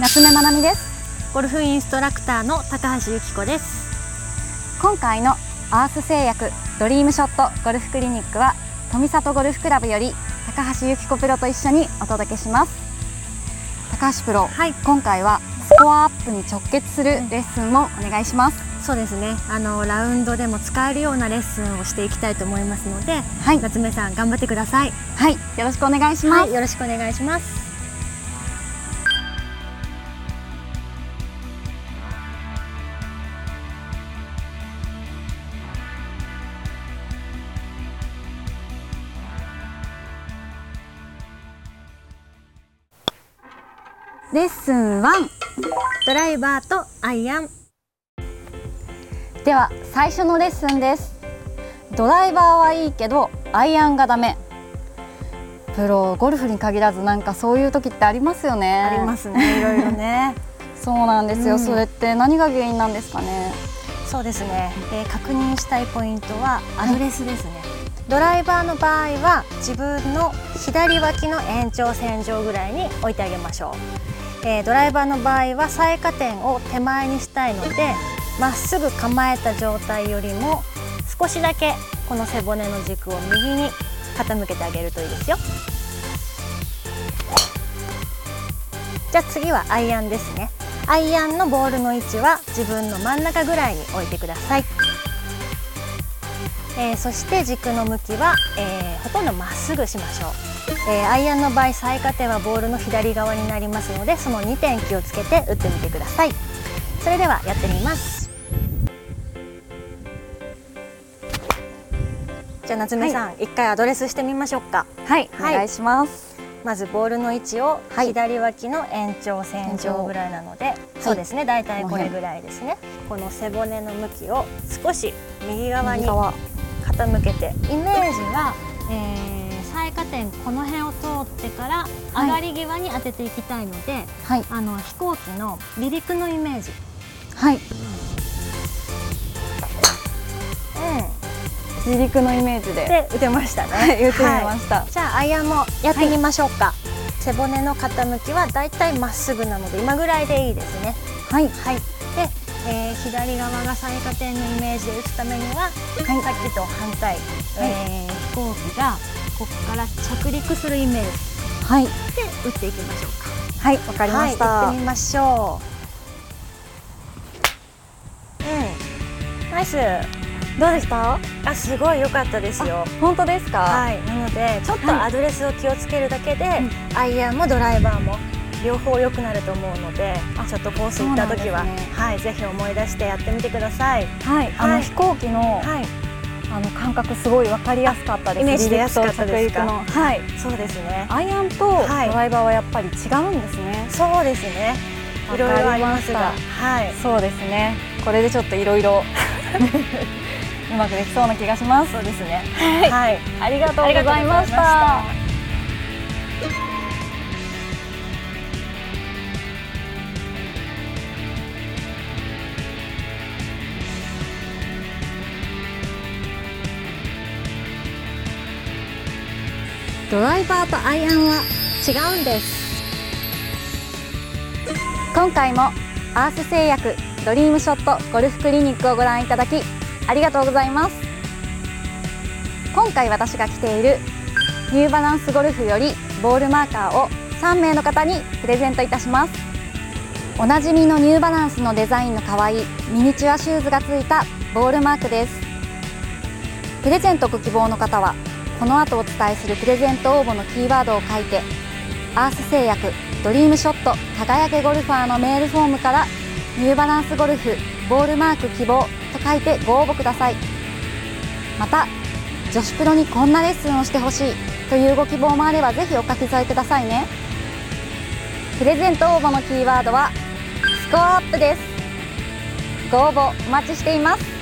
夏目まなみです。 ゴルフインストラクターの高橋由紀子です。 今回のアース製薬ドリームショットゴルフクリニックは富里ゴルフクラブより高橋由紀子プロと一緒にお届けします。高橋プロ、 はい、 今回はスコアアップに直結するレッスンをお願いします。 そうですね、ラウンドでも使えるようなレッスンをしていきたいと思いますので、 はい、 夏目さん頑張ってください。 はい、よろしくお願いします。 はい、よろしくお願いします。 レッスン1、 ドライバーとアイアン。 では最初のレッスンです。ドライバーはいいけどアイアンがダメ。プロゴルフに限らずなんかそういう時ってありますよね。 ありますね、いろいろね。 そうなんですよ、それって何が原因なんですかね。 そうですね、確認したいポイントはアドレスですね。ドライバーの場合は自分の左脇の延長線上ぐらいに置いてあげましょう。ドライバーの場合は最下点を手前にしたいので、まっすぐ構えた状態よりも少しだけこの背骨の軸を右に傾けてあげるといいですよ。じゃあ次はアイアンですね。アイアンのボールの位置は自分の真ん中ぐらいに置いてください。そして軸の向きは、ほとんどまっすぐしましょう。アイアンの場合最下点はボールの左側になりますので、その2点気をつけて打ってみてください。それではやってみます。じゃあ夏目さん、一回アドレスしてみましょうか。 はい、お願いします。 まずボールの位置を左脇の延長線上ぐらいなので、そうですね、だいたいこれぐらいですね。この背骨の向きを少し右側に傾けて、イメージは、最下点この辺を通ってから上がり際に当てていきたいので、はい、飛行機の離陸のイメージ。はい、 離陸のイメージで打てましたね。 はい、打ってみました。 はい、じゃあアイアンもやってみましょうか。はい、背骨の傾きはだいたいまっすぐなので今ぐらいでいいですね。はい、はい、で、左側が最下点のイメージで打つためには、はい、さっきと反対、飛行機がここから着陸するイメージ、はい、で打っていきましょうか。 はい、わかりました。 はい、打ってみましょう。ナイス。 どうでした？ あ、すごい良かったですよ。 本当ですか？ はい、なのでちょっとアドレスを気をつけるだけで、アイアンもドライバーも両方良くなると思うので、ちょっとコース行った時は、はい、ぜひ思い出してやってみてください。 はい、飛行機の感覚すごい分かりやすかったです。 イメージでやすかったですか？ はい、 そうですね。 アイアンとドライバーはやっぱり違うんですね。 そうですね。いろいろありますが、はい、 そうですね。これでちょっといろいろうまくできそうな気がします。 そうですね。 はい、ありがとうございました。 ドライバーとアイアンは違うんです。 今回もアース製薬ドリームショットゴルフクリニックをご覧いただきありがとうございます。今回私が着ているニューバランスゴルフよりボールマーカーを3名の方にプレゼントいたします。おなじみのニューバランスのデザインの可愛いミニチュアシューズがついたボールマークです。プレゼントご希望の方はこの後お伝えするプレゼント応募のキーワードを書いて、アース製薬ドリームショット輝けゴルファーのメールフォームからニューバランスゴルフボールマーク希望と書いてご応募ください。また女子プロにこんなレッスンをしてほしいというご希望もあればぜひお書き添えくださいね。プレゼント応募のキーワードはスコアアップです。ご応募お待ちしています。